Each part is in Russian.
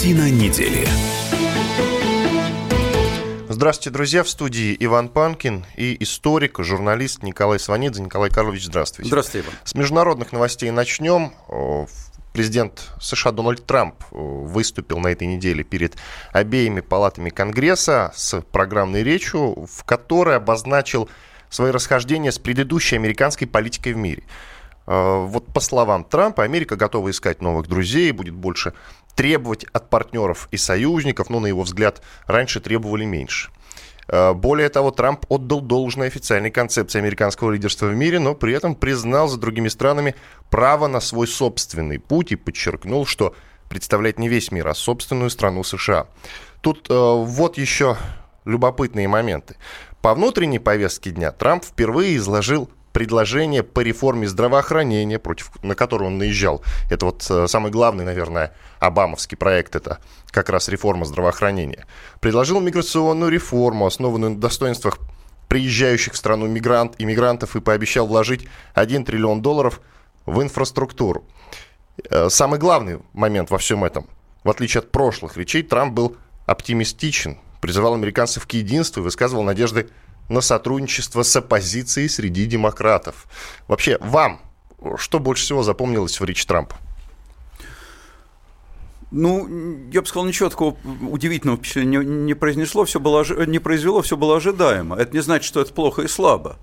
Картина недели. Здравствуйте, друзья. В студии Иван Панкин и историк, журналист Николай Сванидзе. Николай Карлович, здравствуйте. Здравствуйте, Иван. С международных новостей начнем. Президент США Дональд Трамп выступил на этой неделе перед обеими палатами Конгресса с программной речью, в которой обозначил свои расхождения с предыдущей американской политикой в мире. Вот по словам Трампа, Америка готова искать новых друзей, будет больше требовать от партнеров и союзников, но, на его взгляд, раньше требовали меньше. Более того, Трамп отдал должное официальной концепции американского лидерства в мире, но при этом признал за другими странами право на свой собственный путь и подчеркнул, что представляет не весь мир, а собственную страну США. Тут вот еще любопытные моменты. По внутренней повестке дня Трамп впервые изложил предложение по реформе здравоохранения, на которое он наезжал. Это вот самый главный, наверное, обамовский проект, это как раз реформа здравоохранения. Предложил миграционную реформу, основанную на достоинствах приезжающих в страну иммигрантов, и пообещал вложить $1 триллион в инфраструктуру. Самый главный момент во всем этом, в отличие от прошлых речей, Трамп был оптимистичен, призывал американцев к единству и высказывал надежды на сотрудничество с оппозицией среди демократов. Вообще, вам что больше всего запомнилось в речи Трампа? Ну, я бы сказал, ничего такого удивительного впечатления не произвело, все было ожидаемо. Это не значит, что это плохо и слабо.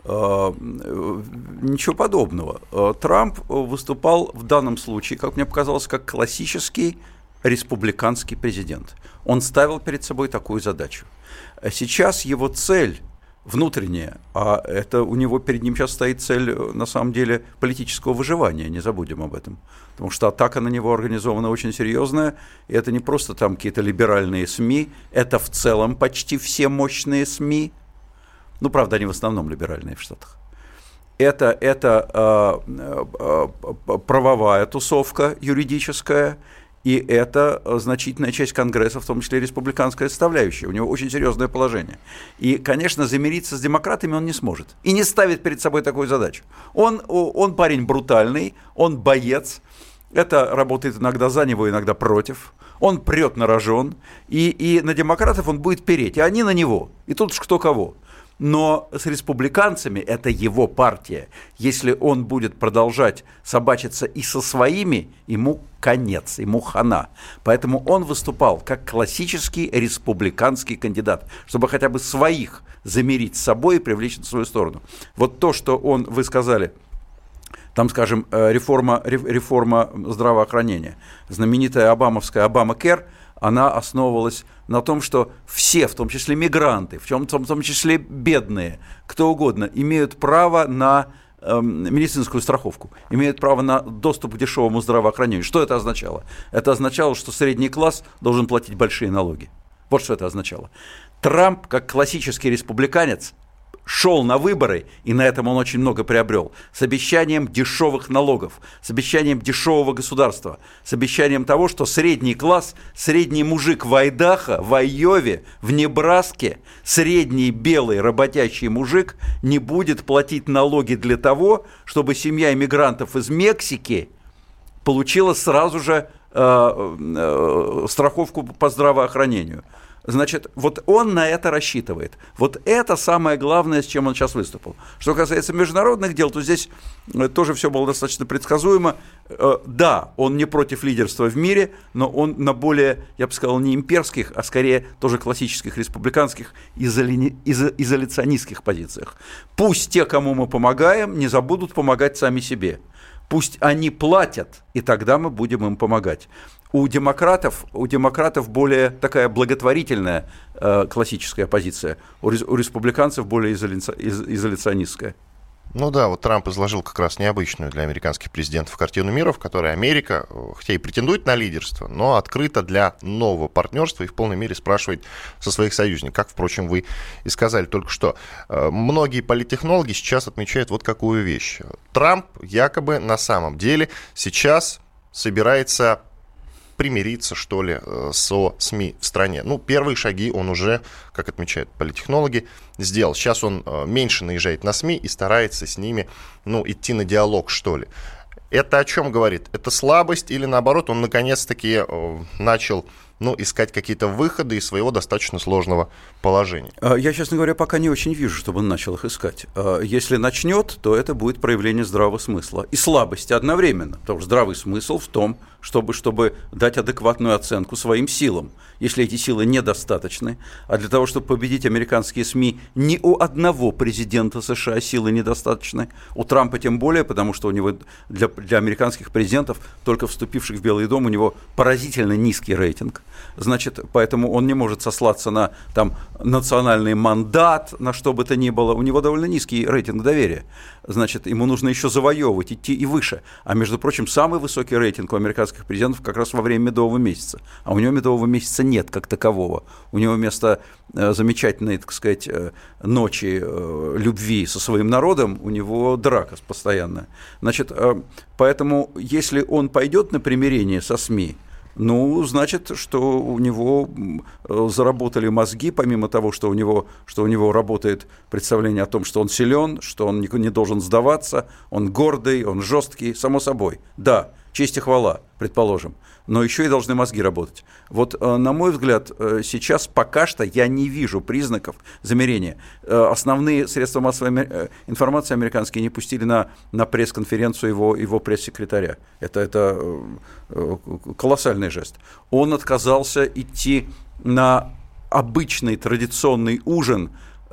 Ничего подобного. Трамп выступал в данном случае, как мне показалось, как классический республиканский президент. Он ставил перед собой такую задачу. Сейчас его цель внутренняя, а это у него перед ним сейчас стоит цель, на самом деле, политического выживания, не забудем об этом. Потому что атака на него организована очень серьезная, и это не просто там какие-то либеральные СМИ, это в целом почти все мощные СМИ, ну, правда, они в основном либеральные в Штатах. Это правовая тусовка юридическая, и это значительная часть Конгресса, в том числе и республиканская составляющая. У него очень серьезное положение. И, конечно, замириться с демократами он не сможет. И не ставит перед собой такую задачу. Он парень брутальный, он боец. Это работает иногда за него, иногда против. Он прет на рожон. И на демократов он будет переть. И они на него. И тут уж кто кого. Но с республиканцами, это его партия, если он будет продолжать собачиться и со своими, ему конец, ему хана. Поэтому он выступал как классический республиканский кандидат, чтобы хотя бы своих замирить с собой и привлечь на свою сторону. Вот то, что вы сказали, там, скажем, реформа здравоохранения, знаменитая обамовская Обамакер, она основывалась на том, что все, в том числе мигранты, в том числе бедные, кто угодно, имеют право на медицинскую страховку, имеют право на доступ к дешевому здравоохранению. Что это означало? Это означало, что средний класс должен платить большие налоги. Вот что это означало. Трамп, как классический республиканец, шел на выборы, и на этом он очень много приобрел, с обещанием дешевых налогов, с обещанием дешевого государства, с обещанием того, что средний класс, средний мужик в Айдахо, в Айове, в Небраске, средний белый работящий мужик не будет платить налоги для того, чтобы семья иммигрантов из Мексики получила сразу же страховку по здравоохранению. Значит, вот он на это рассчитывает. Вот это самое главное, с чем он сейчас выступил. Что касается международных дел, то здесь тоже все было достаточно предсказуемо. Да, он не против лидерства в мире, но он на более, я бы сказал, не имперских, а скорее тоже классических республиканских изоляционистских позициях. Пусть те, кому мы помогаем, не забудут помогать сами себе. Пусть они платят, и тогда мы будем им помогать. У демократов более такая благотворительная классическая позиция, у республиканцев более изоляционистская. Ну да, вот Трамп изложил как раз необычную для американских президентов картину мира, в которой Америка, хотя и претендует на лидерство, но открыта для нового партнерства и в полной мере спрашивает со своих союзников, как, впрочем, вы и сказали только что. Многие политтехнологи сейчас отмечают вот какую вещь. Трамп якобы на самом деле сейчас собирается примириться, что ли, со СМИ в стране. Ну, первые шаги он уже, как отмечают политтехнологи, сделал. Сейчас он меньше наезжает на СМИ и старается с ними, идти на диалог, что ли. Это о чем говорит? Это слабость или, наоборот, он наконец-таки начал искать какие-то выходы из своего достаточно сложного положения? Я, честно говоря, пока не очень вижу, чтобы он начал их искать. Если начнет, то это будет проявление здравого смысла и слабости одновременно. Потому что здравый смысл в том, чтобы дать адекватную оценку своим силам. Если эти силы недостаточны, а для того, чтобы победить американские СМИ, ни у одного президента США силы недостаточны, у Трампа тем более, потому что у него для американских президентов, только вступивших в Белый дом, у него поразительно низкий рейтинг. Значит, поэтому он не может сослаться на национальный мандат, на что бы то ни было. У него довольно низкий рейтинг доверия. Значит, ему нужно еще завоевывать, идти и выше. А между прочим, самый высокий рейтинг у американских президентов как раз во время медового месяца. А у него медового месяца нет как такового. У него вместо замечательной, так сказать, ночи любви со своим народом, у него драка постоянная. Значит, поэтому если он пойдет на примирение со СМИ, значит, что у него заработали мозги, помимо того, что у него работает представление о том, что он силен, что он не должен сдаваться, он гордый, он жесткий, само собой. Да, честь и хвала, предположим, но еще и должны мозги работать. Вот, на мой взгляд, сейчас пока что я не вижу признаков замерения. Основные средства массовой информации американские не пустили на пресс-конференцию его пресс-секретаря. Это колоссальный жест. Он отказался идти на обычный традиционный ужин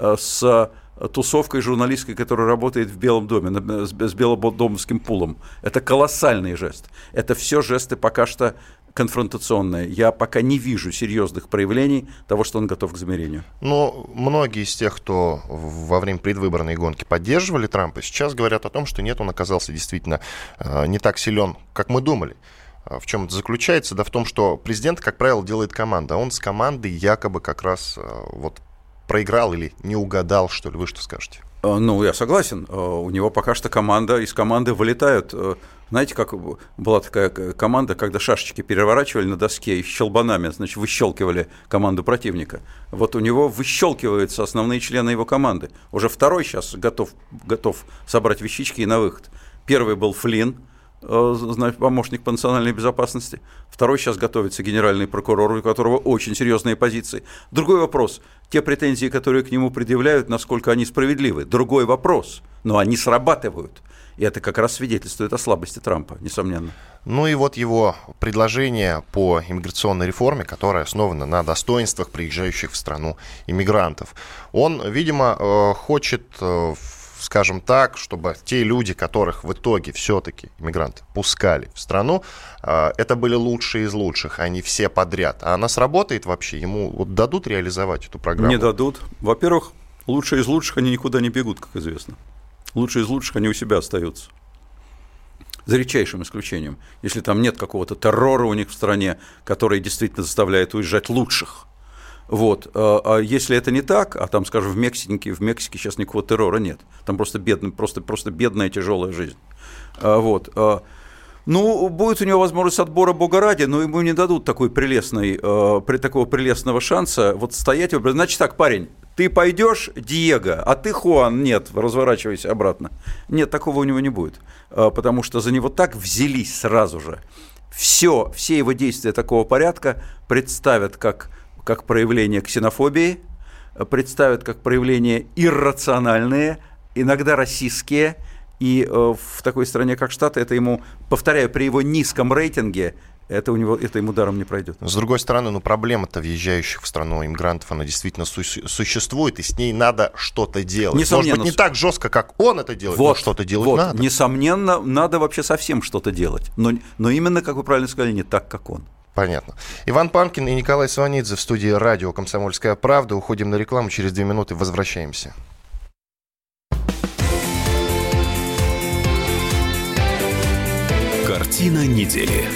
с тусовкой журналистской, которая работает в Белом доме, с белодомовским пулом. Это колоссальный жест. Это все жесты пока что конфронтационные. Я пока не вижу серьезных проявлений того, что он готов к замирению. Но многие из тех, кто во время предвыборной гонки поддерживали Трампа, сейчас говорят о том, что нет, он оказался действительно не так силен, как мы думали. В чем это заключается? Да в том, что президент, как правило, делает команда, а он с командой якобы как раз проиграл или не угадал, что ли? Вы что скажете? Я согласен. У него пока что из команды вылетают. Знаете, как была такая команда, когда шашечки переворачивали на доске и щелбанами, значит, выщелкивали команду противника. Вот у него выщелкиваются основные члены его команды. Уже второй сейчас готов собрать вещички и на выход. Первый был Флинн, помощник по национальной безопасности. Второй сейчас готовится генеральный прокурор, у которого очень серьезные позиции. Другой вопрос. Те претензии, которые к нему предъявляют, насколько они справедливы. Другой вопрос. Но они срабатывают. И это как раз свидетельствует о слабости Трампа, несомненно. И вот его предложение по иммиграционной реформе, которая основана на достоинствах приезжающих в страну иммигрантов. Он, видимо, хочет, скажем так, чтобы те люди, которых в итоге все-таки иммигранты пускали в страну, это были лучшие из лучших, а не все подряд. А она сработает вообще? Ему дадут реализовать эту программу? Не дадут. Во-первых, лучшие из лучших, они никуда не бегут, как известно. Лучшие из лучших, они у себя остаются. За редчайшим исключением. Если там нет какого-то террора у них в стране, который действительно заставляет уезжать лучших. Вот. А если это не так, а там, скажем, в Мексике сейчас никакого террора нет. Там просто бедная тяжелая жизнь. Вот. Будет у него возможность отбора бога ради, но ему не дадут такого прелестного шанса стоять. Значит так, парень, ты пойдешь, Диего, а ты, Хуан, нет, разворачивайся обратно. Нет, такого у него не будет, потому что за него так взялись сразу же. Все его действия такого порядка представят как проявление ксенофобии, представят как проявление иррациональные, иногда расистские. И в такой стране, как Штаты, это ему, повторяю, при его низком рейтинге, это ему даром не пройдет. С другой стороны, проблема-то въезжающих в страну иммигрантов, она действительно существует, и с ней надо что-то делать. Может быть, не так жестко, как он это делает, но что-то делать надо. Несомненно, надо вообще совсем что-то делать. Но именно, как вы правильно сказали, не так, как он. Понятно. Иван Панкин и Николай Сванидзе в студии радио «Комсомольская правда». Уходим на рекламу, через 2 минуты возвращаемся. Картина недели.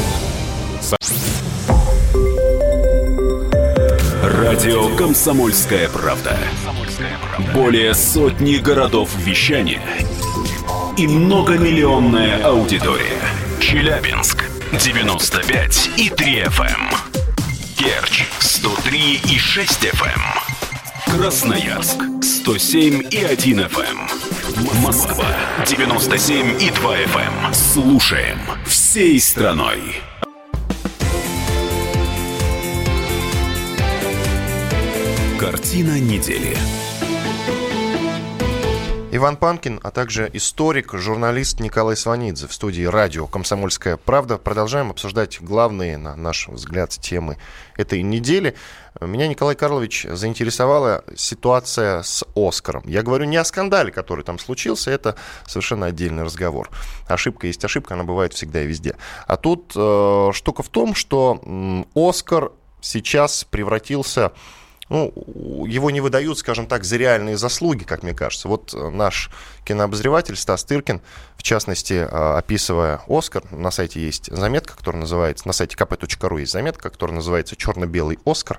Радио «Комсомольская правда». Более сотни городов вещания и многомиллионная аудитория. Челябинск 95,3 FM. Керчь 103,6 FM. Красноярск 107,1 FM. Москва 97,2 FM. Слушаем всей страной. Картина недели. Иван Панкин, а также историк, журналист Николай Сванидзе в студии радио «Комсомольская правда». Продолжаем обсуждать главные, на наш взгляд, темы этой недели. Меня, Николай Карлович, заинтересовала ситуация с «Оскаром». Я говорю не о скандале, который там случился, это совершенно отдельный разговор. Ошибка есть ошибка, она бывает всегда и везде. А тут штука в том, что «Оскар» сейчас превратился... его не выдают, скажем так, за реальные заслуги, как мне кажется. Вот наш кинообозреватель Стас Тыркин, в частности, описывая «Оскар», на сайте есть заметка, которая называется, на сайте kp.ru есть заметка, которая называется «Черно-белый Оскар».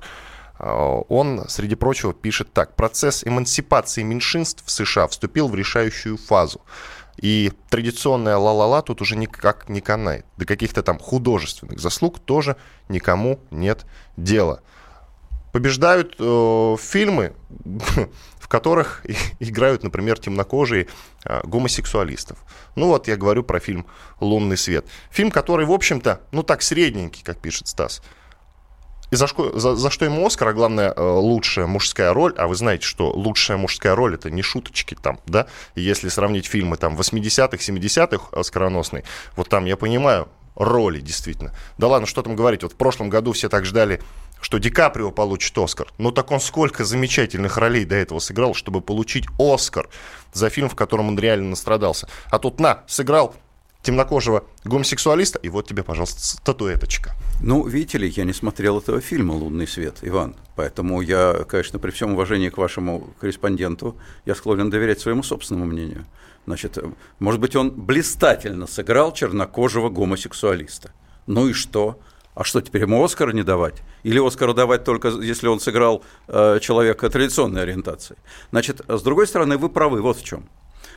Он, среди прочего, пишет так. «Процесс эмансипации меньшинств в США вступил в решающую фазу. И традиционная ла-ла-ла тут уже никак не канает. До каких-то там художественных заслуг тоже никому нет дела». Побеждают фильмы, в которых играют, например, темнокожие гомосексуалистов. Ну вот я говорю про фильм «Лунный свет». Фильм, который, в общем-то, так средненький, как пишет Стас. И за что ему «Оскар», а главное, лучшая мужская роль. А вы знаете, что лучшая мужская роль — это не шуточки там, да? И если сравнить фильмы там 80-х, 70-х оскароносные, вот там, я понимаю, роли действительно. Да ладно, что там говорить, вот в прошлом году все так ждали, что Ди Каприо получит «Оскар». Ну так он сколько замечательных ролей до этого сыграл, чтобы получить «Оскар» за фильм, в котором он реально настрадался. А тут сыграл темнокожего гомосексуалиста, и вот тебе, пожалуйста, статуэточка. Видите ли, я не смотрел этого фильма «Лунный свет», Иван. Поэтому я, конечно, при всем уважении к вашему корреспонденту, я склонен доверять своему собственному мнению. Значит, может быть, он блистательно сыграл чернокожего гомосексуалиста. Ну и что? А что, теперь ему «Оскар» не давать? Или «Оскар» давать только, если он сыграл человека традиционной ориентации? Значит, с другой стороны, вы правы, вот в чем.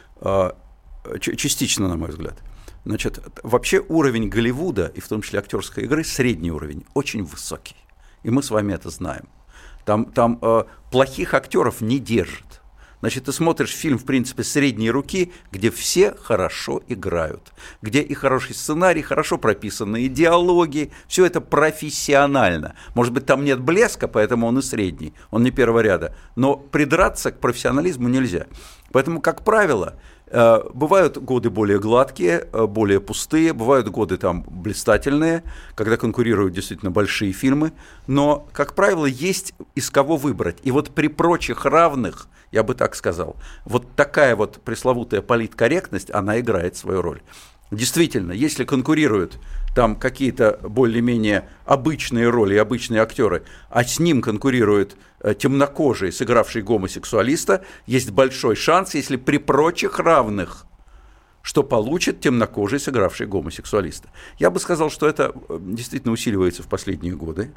Частично, на мой взгляд. Значит, вообще уровень Голливуда, и в том числе актерской игры, средний уровень, очень высокий. И мы с вами это знаем. Там плохих актеров не держат. Значит, ты смотришь фильм, в принципе, средней руки, где все хорошо играют, где и хороший сценарий, хорошо прописанные диалоги, все это профессионально. Может быть, там нет блеска, поэтому он и средний, он не первого ряда, но придраться к профессионализму нельзя. Поэтому, как правило, бывают годы более гладкие, более пустые, бывают годы там блистательные, когда конкурируют действительно большие фильмы, но, как правило, есть из кого выбрать. И вот при прочих равных, я бы так сказал, вот такая вот пресловутая политкорректность, она играет свою роль. Действительно, если конкурируют там какие-то более-менее обычные роли, обычные актеры, а с ним конкурирует темнокожий, сыгравший гомосексуалиста, есть большой шанс, если при прочих равных, что получит темнокожий, сыгравший гомосексуалиста. Я бы сказал, что это действительно усиливается в последние годы.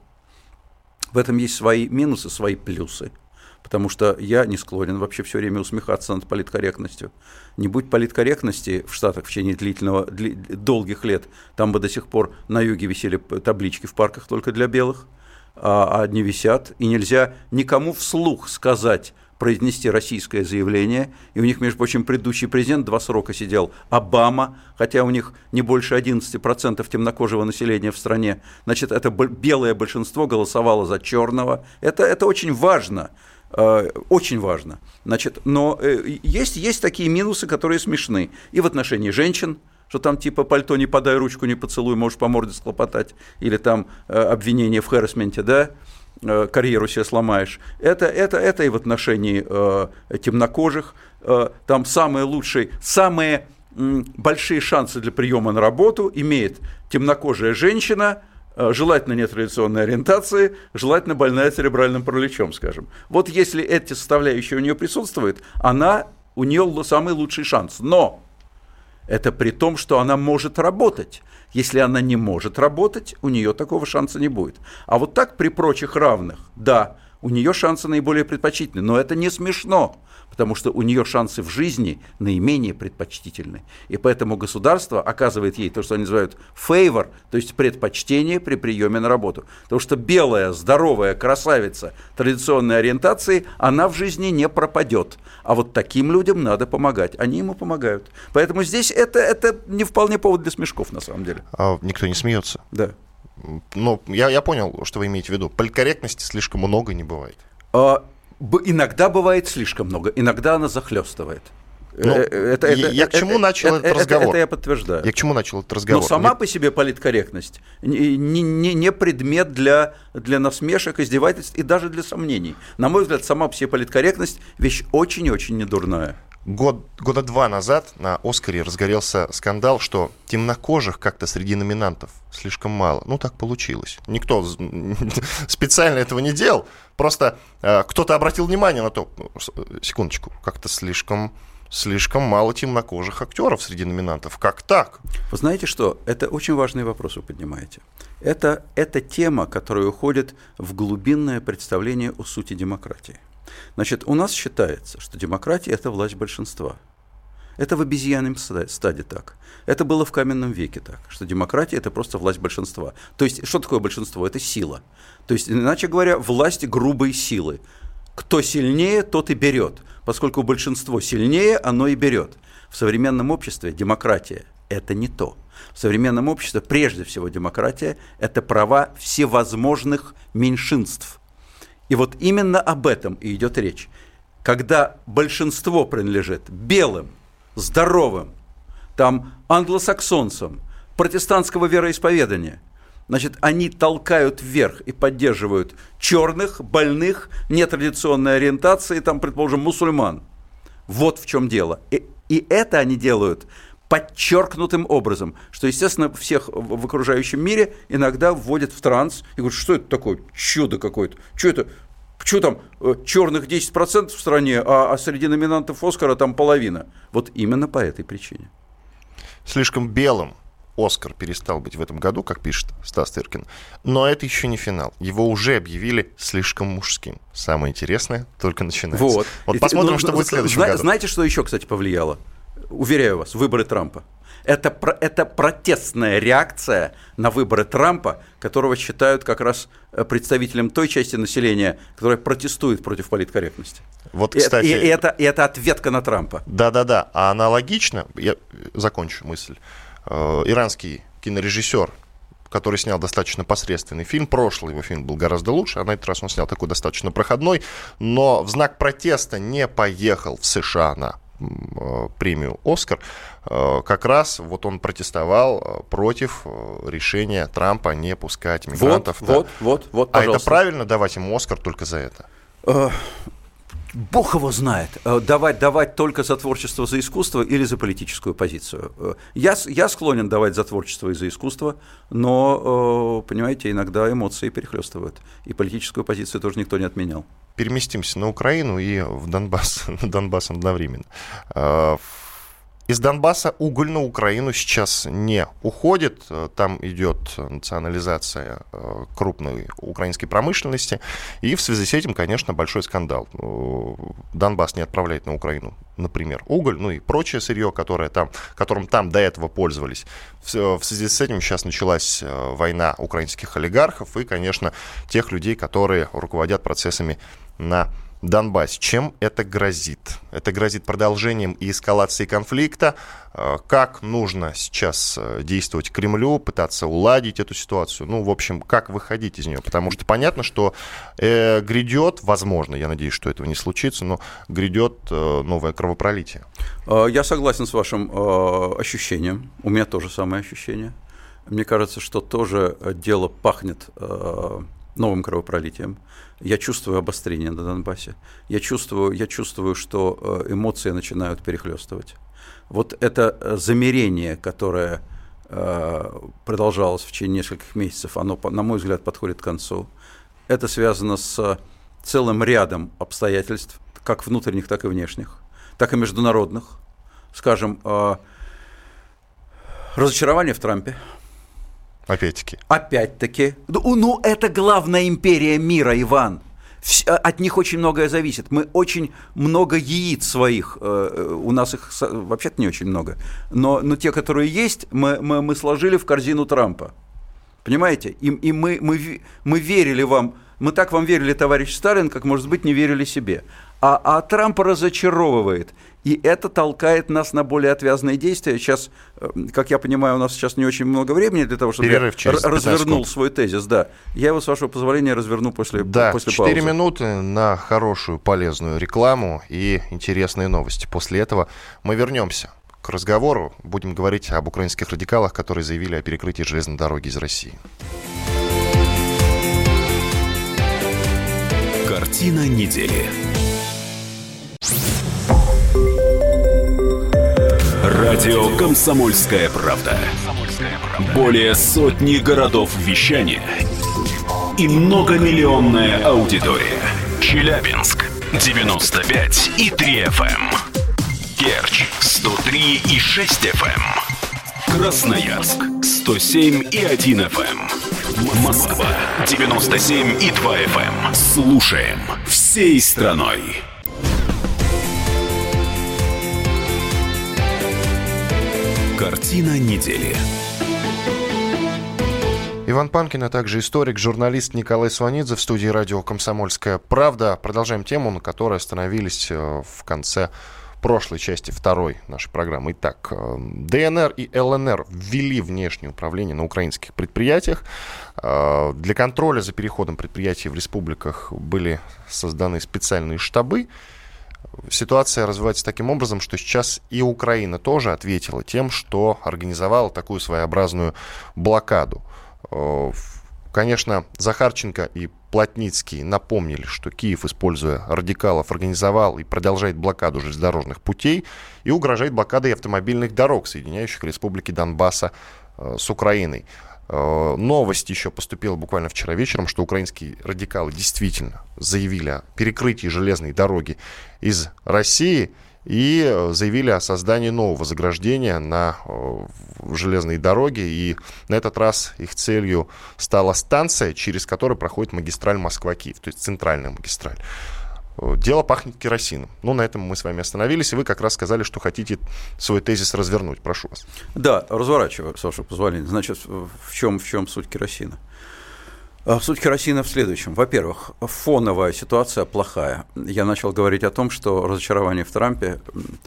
В этом есть свои минусы, свои плюсы. Потому что я не склонен вообще все время усмехаться над политкорректностью. Не будь политкорректности в Штатах в течение долгих лет, там бы до сих пор на юге висели таблички в парках только для белых, а они висят, и нельзя никому вслух сказать, произнести российское заявление, и у них, между прочим, предыдущий президент 2 срока сидел, Обама, хотя у них не больше 11% темнокожего населения в стране, значит, это белое большинство голосовало за черного, это очень важно. Очень важно. Значит, но есть такие минусы, которые смешны. И в отношении женщин, что там типа пальто не подай, ручку не поцелуй, можешь по морде схлопотать, или там обвинение в харассменте, да, карьеру себе сломаешь. Это и в отношении темнокожих. Там самые большие шансы для приема на работу имеет темнокожая женщина, желательно нетрадиционной ориентации, желательно больная церебральным параличом, скажем. Вот если эти составляющие у нее присутствуют, у нее самый лучший шанс. Но это при том, что она может работать. Если она не может работать, у нее такого шанса не будет. А вот так при прочих равных, да, у нее шансы наиболее предпочтительны. Но это не смешно, потому что у нее шансы в жизни наименее предпочтительны. И поэтому государство оказывает ей то, что они называют favor, то есть предпочтение при приеме на работу. Потому что белая, здоровая красавица традиционной ориентации, она в жизни не пропадет. А вот таким людям надо помогать. Они ему помогают. Поэтому здесь это не вполне повод для смешков, на самом деле. А никто не смеется. Да. Ну, я понял, что вы имеете в виду. Политкорректности слишком много не бывает. Иногда бывает слишком много, иногда она захлестывает. Я к чему начал этот разговор? Это я подтверждаю. Я к чему начал этот разговор? Но сама по себе политкорректность не предмет для насмешек, издевательств и даже для сомнений. На мой взгляд, сама по себе политкорректность вещь очень-очень недурная. Года 2 назад на «Оскаре» разгорелся скандал, что темнокожих как-то среди номинантов слишком мало. Ну, так получилось. Никто специально этого не делал. Просто кто-то обратил внимание на то, секундочку, как-то слишком мало темнокожих актеров среди номинантов. Как так? Вы знаете что? Это очень важный вопрос вы поднимаете. Это тема, которая уходит в глубинное представление о сути демократии. Значит, у нас считается, что демократия – это власть большинства. Это в обезьяньем стаде так. Это было в каменном веке так, что демократия – это просто власть большинства. То есть, что такое большинство? Это сила. То есть, иначе говоря, власть грубой силы. Кто сильнее, тот и берет. Поскольку большинство сильнее, оно и берет. В современном обществе демократия – это не то. В современном обществе прежде всего демократия – это права всевозможных меньшинств. И вот именно об этом и идет речь. Когда большинство принадлежит белым, здоровым, там, англосаксонцам, протестантского вероисповедания, значит, они толкают вверх и поддерживают черных, больных, нетрадиционной ориентации, там, предположим, мусульман. Вот в чем дело. И это они делают подчеркнутым образом, что, естественно, всех в окружающем мире иногда вводят в транс и говорят, что это такое чудо какое-то, что там черных 10% в стране, а среди номинантов «Оскара» там половина. Вот именно по этой причине. Слишком белым «Оскар» перестал быть в этом году, как пишет Стас Тыркин. Но это еще не финал. Его уже объявили слишком мужским. Самое интересное только начинается. Вот посмотрим, что будет в следующем году. Знаете, что еще, кстати, повлияло? Уверяю вас, выборы Трампа. Это протестная реакция на выборы Трампа, которого считают как раз представителем той части населения, которая протестует против политкорректности. Вот, кстати, и это ответка на Трампа. Да. А аналогично, я закончу мысль, иранский кинорежиссер, который снял достаточно посредственный фильм. Прошлый его фильм был гораздо лучше, а на этот раз он снял такой достаточно проходной, но в знак протеста не поехал в США на премию «Оскар», как раз вот он протестовал против решения Трампа не пускать мигрантов. Вот, пожалуйста. А это правильно давать ему «Оскар» только за это? Бог его знает. Давать только за творчество, за искусство или за политическую позицию. Я склонен давать за творчество и за искусство, но, понимаете, иногда эмоции перехлестывают. И политическую позицию тоже никто не отменял. Переместимся на Украину и в Донбасс одновременно. Из Донбасса уголь на Украину сейчас не уходит. Там идет национализация крупной украинской промышленности. И в связи с этим, конечно, большой скандал. Донбасс не отправляет на Украину, например, уголь, ну и прочее сырье, которым там до этого пользовались. В связи с этим сейчас началась война украинских олигархов и, конечно, тех людей, которые руководят процессами на Донбассе. Чем это грозит? Это грозит продолжением и эскалацией конфликта. Как нужно сейчас действовать Кремлю, пытаться уладить эту ситуацию? Ну, в общем, как выходить из нее? Потому что понятно, что грядет, возможно, я надеюсь, что этого не случится, но грядет новое кровопролитие. Я согласен с вашим ощущением. У меня тоже самое ощущение. Мне кажется, что тоже дело пахнет новым кровопролитием. Я чувствую обострение на Донбассе. Я чувствую, что эмоции начинают перехлестывать. Вот это замерение, которое продолжалось в течение нескольких месяцев, оно, на мой взгляд, подходит к концу. Это связано с целым рядом обстоятельств, как внутренних, так и внешних, так и международных. Скажем, разочарование в Трампе. Опять-таки. Ну, это главная империя мира, Иван. От них очень многое зависит. Мы очень много яиц своих, у нас их вообще-то не очень много, но те, которые есть, мы сложили в корзину Трампа. Понимаете? И мы верили вам, мы так вам верили, товарищ Сталин, как, может быть, не верили себе. А Трамп разочаровывает. И это толкает нас на более отвязные действия. Сейчас, как я понимаю, у нас сейчас не очень много времени для того, чтобы я развернул свой тезис. Да. Я его, с вашего позволения, разверну после паузы. 4 минуты на хорошую, полезную рекламу и интересные новости. После этого мы вернемся к разговору. Будем говорить об украинских радикалах, которые заявили о перекрытии железной дороги из России. Картина недели. Радио «Комсомольская правда». Более сотни городов вещания и многомиллионная аудитория. Челябинск 95,3 FM. Керчь 103,6 FM. Красноярск 107,1 FM. Москва 97,2 FM. Слушаем всей страной. Картина недели. Иван Панкин, а также историк, журналист Николай Сванидзе в студии радио «Комсомольская правда». Продолжаем тему, на которой остановились в конце прошлой части второй нашей программы. Итак, ДНР и ЛНР ввели внешнее управление на украинских предприятиях. Для контроля за переходом предприятий в республиках были созданы специальные штабы. Ситуация развивается таким образом, что сейчас и Украина тоже ответила тем, что организовала такую своеобразную блокаду. Конечно, Захарченко и Плотницкий напомнили, что Киев, используя радикалов, организовал и продолжает блокаду железнодорожных путей и угрожает блокадой автомобильных дорог, соединяющих республики Донбасса с Украиной. Новость еще поступила буквально вчера вечером, что украинские радикалы действительно заявили о перекрытии железной дороги из России и заявили о создании нового заграждения на железной дороге. И на этот раз их целью стала станция, через которую проходит магистраль Москва-Киев, то есть центральная магистраль. Дело пахнет керосином. Ну, на этом мы с вами остановились, и вы как раз сказали, что хотите свой тезис развернуть. Прошу вас. Да, разворачиваю, с вашего позволения. Значит, в чем суть керосина? Суть керосина в следующем. Во-первых, фоновая ситуация плохая. Я начал говорить о том, что разочарование в Трампе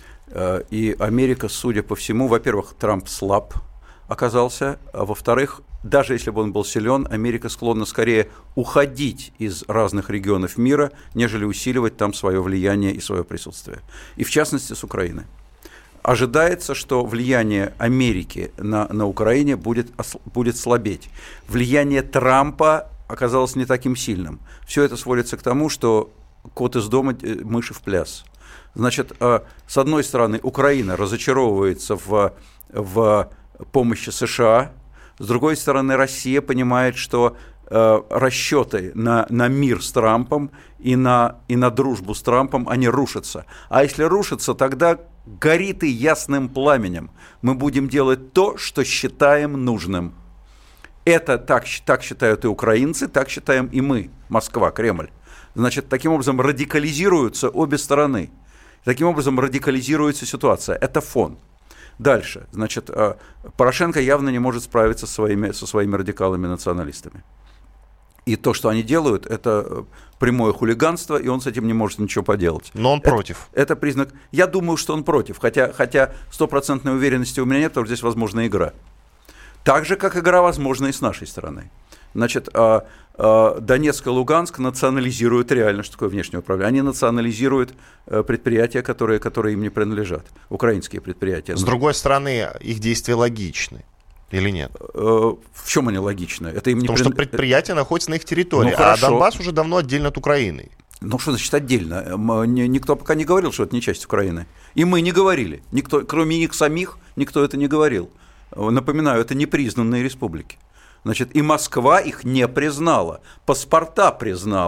и Америка, судя по всему, во-первых, Трамп слаб оказался, а во-вторых, даже если бы он был силен, Америка склонна скорее уходить из разных регионов мира, нежели усиливать там свое влияние и свое присутствие. И в частности с Украиной. Ожидается, что влияние Америки на Украине будет слабеть. Влияние Трампа оказалось не таким сильным. Все это сводится к тому, что кот из дома, мыши в пляс. Значит, с одной стороны, Украина разочаровывается в помощи США. С другой стороны, Россия понимает, что расчеты на мир с Трампом и на дружбу с Трампом, они рушатся. А если рушатся, тогда горит и ясным пламенем. Мы будем делать то, что считаем нужным. Это так считают и украинцы, так считаем и мы, Москва, Кремль. Значит, таким образом радикализируются обе стороны. Таким образом радикализируется ситуация. Это фон. Дальше. Значит, Порошенко явно не может справиться со своими радикалами-националистами. И то, что они делают, это прямое хулиганство, и он с этим не может ничего поделать. Но он против. Это признак... Я думаю, что он против, хотя стопроцентной уверенности у меня нет, потому что здесь возможна игра. Так же, как игра возможна и с нашей стороны. Значит, Донецк и Луганск национализируют реально, что такое внешнее управление. Они национализируют предприятия, которые им не принадлежат. Украинские предприятия. С другой стороны, их действия логичны. Или нет? В чем они логичны? Это им Потому что предприятия находятся на их территории, а Донбасс уже давно отдельно от Украины. Ну, что значит отдельно? Никто пока не говорил, что это не часть Украины. И мы не говорили. Никто, кроме них самих, никто это не говорил. Напоминаю, это непризнанные республики. Значит, и Москва их не признала. Паспорта признала.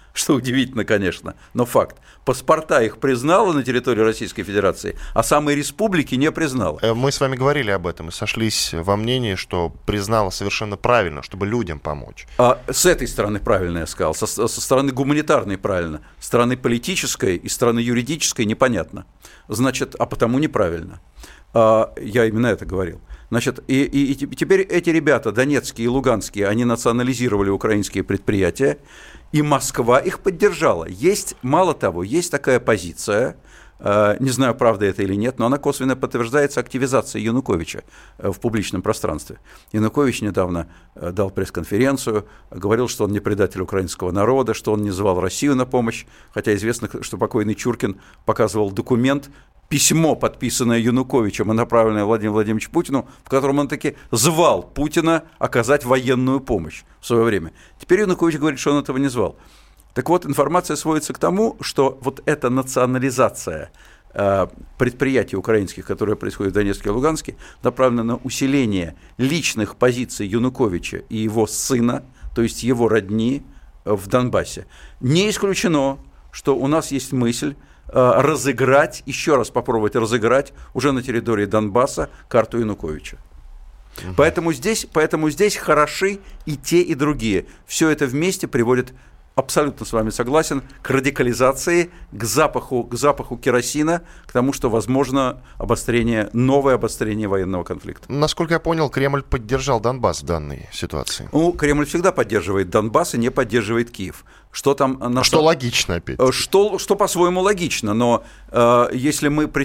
что удивительно, конечно, но факт. Паспорта их признала на территории Российской Федерации, а самой республики не признала. Мы с вами говорили об этом и сошлись во мнении, что признала совершенно правильно, чтобы людям помочь. С этой стороны правильно я сказал, со стороны гуманитарной правильно, с стороны политической и стороны юридической непонятно. Значит, а потому неправильно. Я именно это говорил. Значит, и теперь эти ребята, донецкие и луганские, они национализировали украинские предприятия, и Москва их поддержала. Мало того, есть такая позиция, не знаю, правда это или нет, но она косвенно подтверждается активизацией Януковича в публичном пространстве. Янукович недавно дал пресс-конференцию, говорил, что он не предатель украинского народа, что он не звал Россию на помощь, хотя известно, что покойный Чуркин показывал документ, письмо, подписанное Януковичем и направленное Владимиру Владимировичу Путину, в котором он таки звал Путина оказать военную помощь в свое время. Теперь Янукович говорит, что он этого не звал. Так вот, информация сводится к тому, что вот эта национализация предприятий украинских, которые происходят в Донецке и Луганске, направлена на усиление личных позиций Януковича и его сына, то есть его родни в Донбассе. Не исключено, что у нас есть мысль разыграть, еще раз попробовать разыграть уже на территории Донбасса карту Януковича. Поэтому здесь хороши и те, и другие. Все это вместе приводит, абсолютно с вами согласен, к радикализации, к запаху керосина, к тому, что возможно новое обострение военного конфликта. Насколько я понял, Кремль поддержал Донбасс в данной ситуации. Кремль всегда поддерживает Донбасс и не поддерживает Киев. Что логично, опять. Что по-своему логично, но если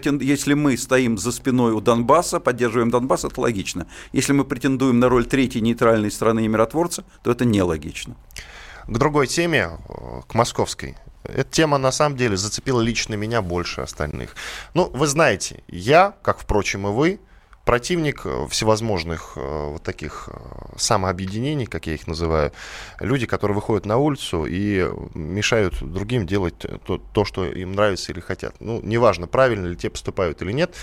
мы стоим за спиной у Донбасса, поддерживаем Донбасс, это логично. Если мы претендуем на роль третьей нейтральной страны и миротворца, то это нелогично. К другой теме, к московской. Эта тема, на самом деле, зацепила лично меня больше остальных. Вы знаете, я, как, впрочем, и вы, противник всевозможных вот таких самообъединений, как я их называю, люди, которые выходят на улицу и мешают другим делать то, что им нравится или хотят. Неважно, правильно ли те поступают или нет,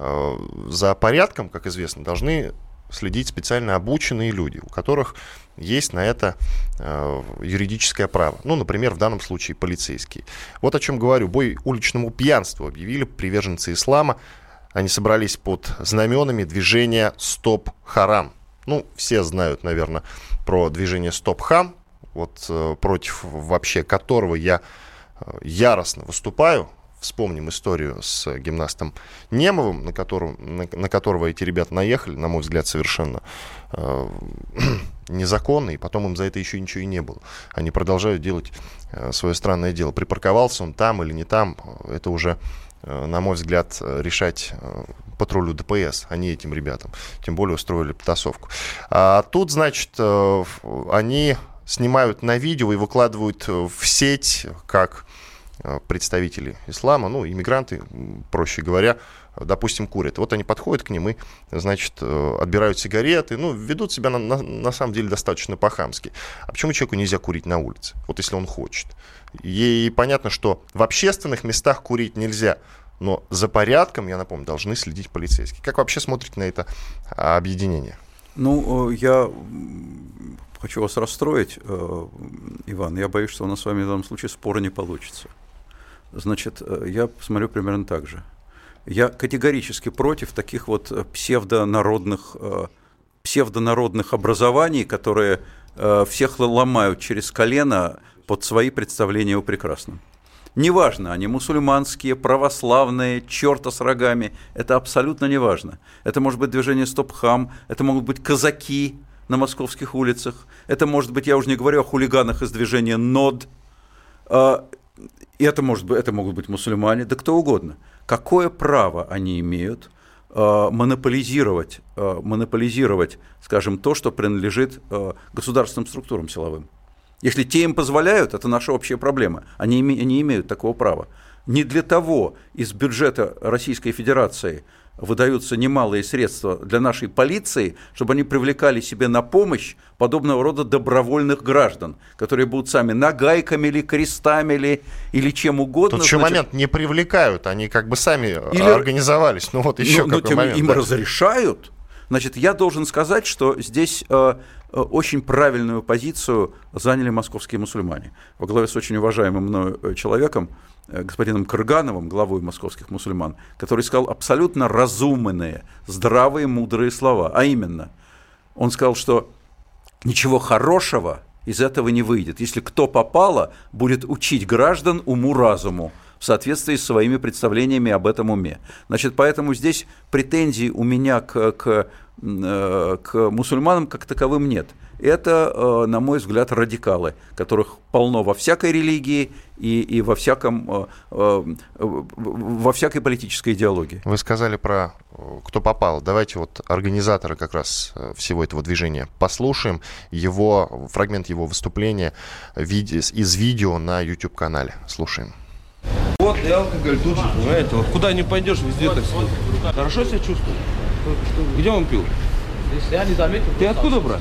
за порядком, как известно, должны следить специально обученные люди, у которых есть на это юридическое право. Например, в данном случае полицейские. Вот о чем говорю. Бой уличному пьянству объявили приверженцы ислама. Они собрались под знаменами движения «Стоп Харам». Все знают, наверное, про движение «Стоп Хам», против вообще которого я яростно выступаю. Вспомним историю с гимнастом Немовым, на которого эти ребята наехали, на мой взгляд, совершенно незаконно, и потом им за это еще ничего и не было. Они продолжают делать свое странное дело. Припарковался он там или не там, это уже, на мой взгляд, решать патрулю ДПС, а не этим ребятам. Тем более устроили потасовку. А тут, значит, они снимают на видео и выкладывают в сеть, как представители ислама, иммигранты, проще говоря, допустим, курят. Вот они подходят к ним и, значит, отбирают сигареты, ведут себя на самом деле достаточно по-хамски. А почему человеку нельзя курить на улице, если он хочет? И понятно, что в общественных местах курить нельзя, но за порядком, я напомню, должны следить полицейские. Как вообще смотрите на это объединение? Я хочу вас расстроить, Иван. Я боюсь, что у нас с вами в данном случае спора не получится. Значит, я смотрю примерно так же. Я категорически против таких псевдонародных образований, которые всех ломают через колено под свои представления о прекрасном. Неважно, они мусульманские, православные, черта с рогами, это абсолютно неважно. Это может быть движение «Стоп Хам», это могут быть казаки на московских улицах, это может быть, я уже не говорю о хулиганах из движения «НОД», это могут быть мусульмане, да кто угодно. Какое право они имеют монополизировать, скажем, то, что принадлежит государственным структурам силовым? Если те им позволяют, это наша общая проблема. Они имеют такого права. Не для того из бюджета Российской Федерации выдаются немалые средства для нашей полиции, чтобы они привлекали себе на помощь подобного рода добровольных граждан, которые будут сами нагайками или крестами или чем угодно. Тут еще момент, не привлекают, они как бы сами организовались. Им разрешают. Значит, я должен сказать, что здесь очень правильную позицию заняли московские мусульмане. Во главе с очень уважаемым мною человеком, господином Кыргановым, главой московских мусульман, который сказал абсолютно разумные, здравые, мудрые слова. А именно, он сказал, что ничего хорошего из этого не выйдет, если кто попало, будет учить граждан уму-разуму в соответствии с своими представлениями об этом уме. Значит, поэтому здесь претензий у меня к мусульманам как таковым нет. Это, на мой взгляд, радикалы, которых полно во всякой религии и во всякой политической идеологии. Вы сказали про кто попал. Давайте вот организатора как раз всего этого движения послушаем. Фрагмент его выступления из видео на YouTube-канале. Слушаем. Вот и алкоголь тут же, понимаете? Вот куда не пойдешь, везде так сидит. Хорошо себя чувствуешь? Где он пил? Я не заметил. Ты откуда, брат?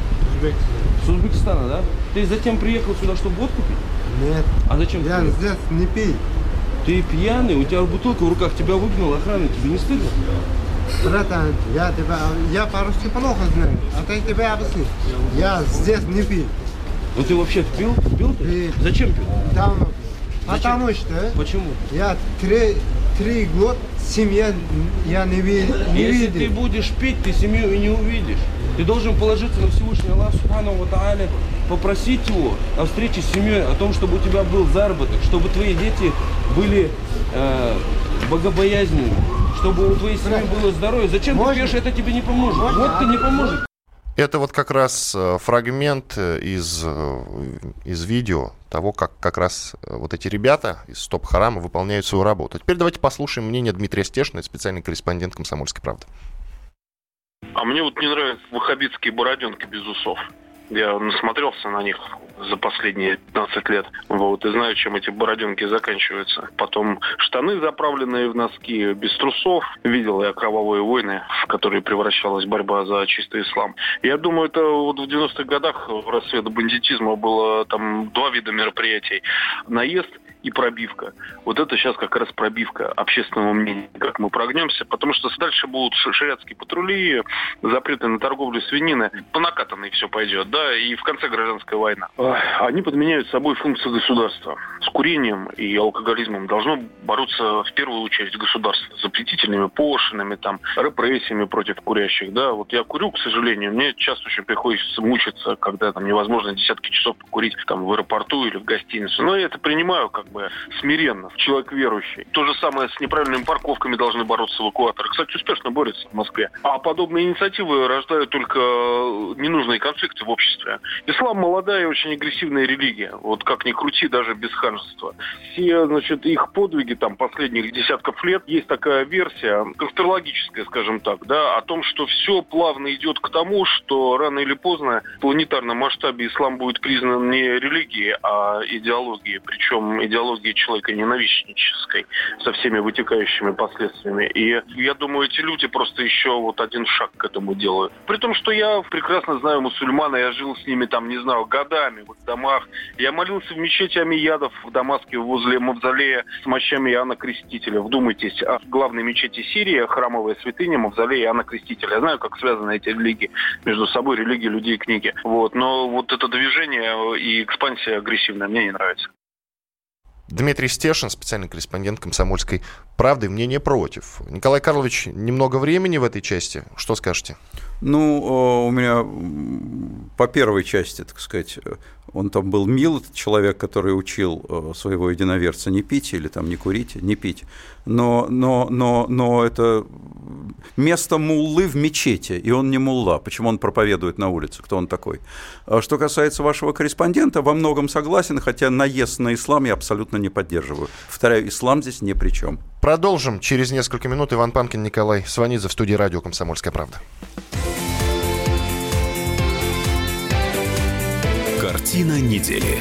С Узбекистана, да? Ты затем приехал сюда, чтобы водку пить? Нет. А зачем? Я здесь не пью. Ты пьяный, у тебя бутылка в руках, тебя выгнал охрана, тебе не стыдно? Братан, я по-русски плохо знаю, а ты тебя объясни. Я здесь не пью. Ну ты вообще пил? Пил ты? Пил. Зачем пил? Давно пил. Потому что Почему? я 3 года семья я не видел. Если ты будешь пить, ты семью и не увидишь. Ты должен положиться на Всевышний Аллах Субхану ва Тааля, попросить его о встрече с семьей, о том, чтобы у тебя был заработок, чтобы твои дети были богобоязненными, чтобы у твоей семьи было здоровье. Зачем ты пьешь, это тебе не поможет. Водка не поможет. Это вот как раз фрагмент из видео того, как раз вот эти ребята из Стоп-Харама выполняют свою работу. Теперь давайте послушаем мнение Дмитрия Стешина, специальный корреспондент «Комсомольской правды». А мне вот не нравятся ваххабитские бороденки без усов. Я насмотрелся на них за последние 15 лет. Вот, и знаю, чем эти бороденки заканчиваются. Потом штаны, заправленные в носки, без трусов. Видел я кровавые войны, в которые превращалась борьба за чистый ислам. Я думаю, это вот в 90-х годах в расцвет бандитизма было там 2 вида мероприятий. Наезд и пробивка. Вот это сейчас как раз пробивка общественного мнения, как мы прогнемся, потому что дальше будут шариатские патрули, запреты на торговлю свининой, по накатанной все пойдет, да, и в конце гражданская война. Они подменяют собой функции государства. С курением и алкоголизмом должно бороться в первую очередь государство, запретительными пошлинами, там, репрессиями против курящих, да. Вот я курю, к сожалению, мне часто очень приходится мучиться, когда там невозможно десятки часов покурить там в аэропорту или в гостинице, но я это принимаю как бы смиренно, человек верующий. То же самое с неправильными парковками должны бороться эвакуаторы. Кстати, успешно борются в Москве. А подобные инициативы рождают только ненужные конфликты в обществе. Ислам молодая и очень агрессивная религия. Вот как ни крути, даже без ханжества. Все, значит, их подвиги там последних десятков лет, есть такая версия, конспирологическая, скажем так, да, о том, что все плавно идет к тому, что рано или поздно в планетарном масштабе ислам будет признан не религией, а идеологией. Причем идеологией человека ненавистнической, со всеми вытекающими последствиями. И я думаю, эти люди просто еще вот один шаг к этому делают. При том, что я прекрасно знаю мусульман, я жил с ними там, не знаю, годами в домах. Я молился в мечети Амиядов в Дамаске возле мавзолея с мощами Иоанна Крестителя. Вдумайтесь, в главной мечети Сирии, храмовая святыня, мавзолей Иоанна Крестителя. Я знаю, как связаны эти религии между собой, религии, людей и книги. Вот. Но вот это движение и экспансия агрессивная мне не нравится. Дмитрий Стешин, специальный корреспондент «Комсомольской правды», мнение против. Николай Карлович, немного времени в этой части. Что скажете? Ну, у меня по первой части, так сказать, он там был мил, этот человек, который учил своего единоверца не пить или там не курить, не пить. Но это место муллы в мечети, и он не мулла. Почему он проповедует на улице? Кто он такой? Что касается вашего корреспондента, во многом согласен, хотя наезд на ислам я абсолютно не поддерживаю. Повторяю, ислам здесь ни при чем. Продолжим через несколько минут. Иван Панкин, Николай Сванидзе в студии радио «Комсомольская правда». Картина недели.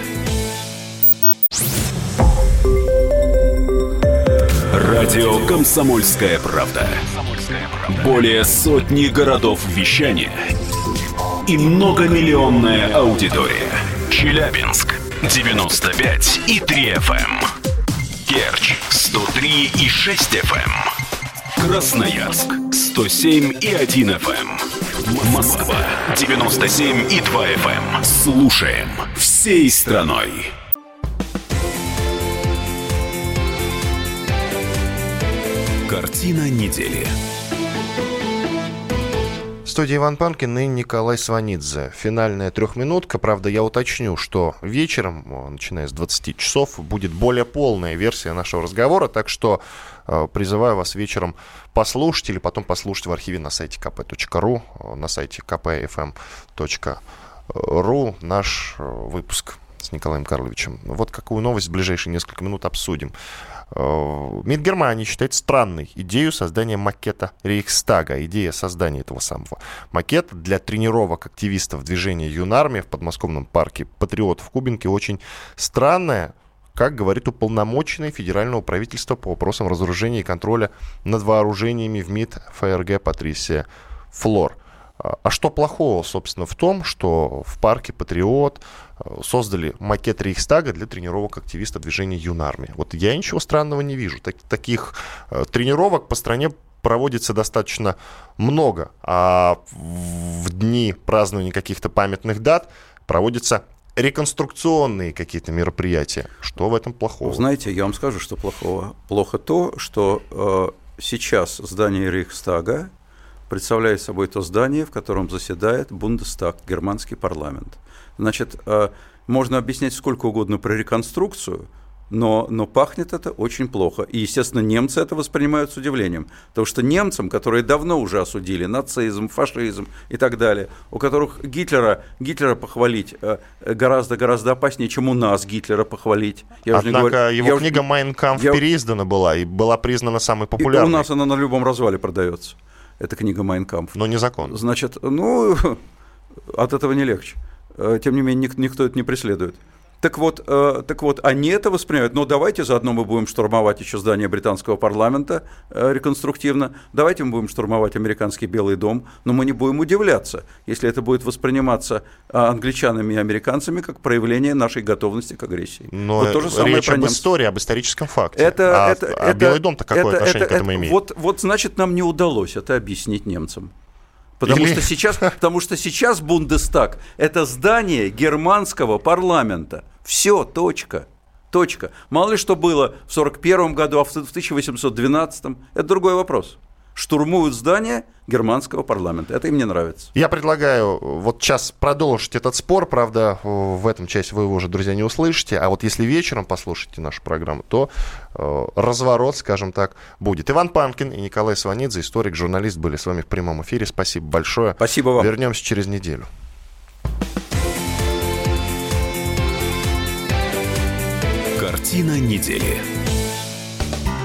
Радио «Комсомольская правда». Более сотни городов вещания и многомиллионная аудитория. Челябинск 95,3 FM. Керчь 103,6 FM. Красноярск 107,1 FM. Москва 97,2 FM. Слушаем всей страной. Картина недели. В студии Иван Панкин и Николай Сванидзе. Финальная трехминутка. Правда, я уточню, что вечером, начиная с 20 часов, будет более полная версия нашего разговора. Так что призываю вас вечером послушать или потом послушать в архиве на сайте kp.ru, на сайте kpfm.ru наш выпуск с Николаем Карловичем. Вот какую новость в ближайшие несколько минут обсудим. МИД Германии считает странной идею создания макета Рейхстага. Идея создания этого самого макета для тренировок активистов движения Юнармия в подмосковном парке Патриот в Кубинке очень странная, как говорит уполномоченный федерального правительства по вопросам разоружения и контроля над вооружениями в МИД ФРГ Патрисия Флор. А что плохого, собственно, в том, что в парке Патриот создали макет Рейхстага для тренировок активистов движения Юнармия? Вот я ничего странного не вижу. Таких тренировок по стране проводится достаточно много, а в дни празднования каких-то памятных дат проводятся реконструкционные какие-то мероприятия. Что в этом плохого? Знаете, я вам скажу, что плохого. Плохо то, что сейчас здание Рейхстага представляет собой то здание, в котором заседает Бундестаг, германский парламент. Значит, можно объяснять сколько угодно про реконструкцию, но пахнет это очень плохо. И, естественно, немцы это воспринимают с удивлением. Потому что немцам, которые давно уже осудили нацизм, фашизм и так далее, у которых Гитлера похвалить гораздо опаснее, чем у нас Гитлера похвалить. Однако его книга «Майн кампф» переиздана была и была признана самой популярной. И у нас она на любом развале продается. Эта книга «Майн кампф». Но незаконно. Значит, от этого не легче. Тем не менее, никто это не преследует. Так вот, они это воспринимают. Но давайте заодно мы будем штурмовать еще здание британского парламента реконструктивно. Давайте мы будем штурмовать американский Белый дом. Но мы не будем удивляться, если это будет восприниматься англичанами и американцами как проявление нашей готовности к агрессии. Но вот то же самое речь об истории, об историческом факте. А Белый дом-то какое отношение к этому имеет? Вот значит, нам не удалось это объяснить немцам. Потому что сейчас Бундестаг – это здание германского парламента. Все, точка. Мало ли что было в 1941 году, а в 1812 – это другой вопрос. Штурмуют здание германского парламента. Это им не нравится. Я предлагаю вот сейчас продолжить этот спор. Правда, в этом части вы его уже, друзья, не услышите. А вот если вечером послушаете нашу программу, то разворот, скажем так, будет. Иван Панкин и Николай Сванидзе, историк, журналист, были с вами в прямом эфире. Спасибо большое. Спасибо вам. Вернемся через неделю. Картина недели.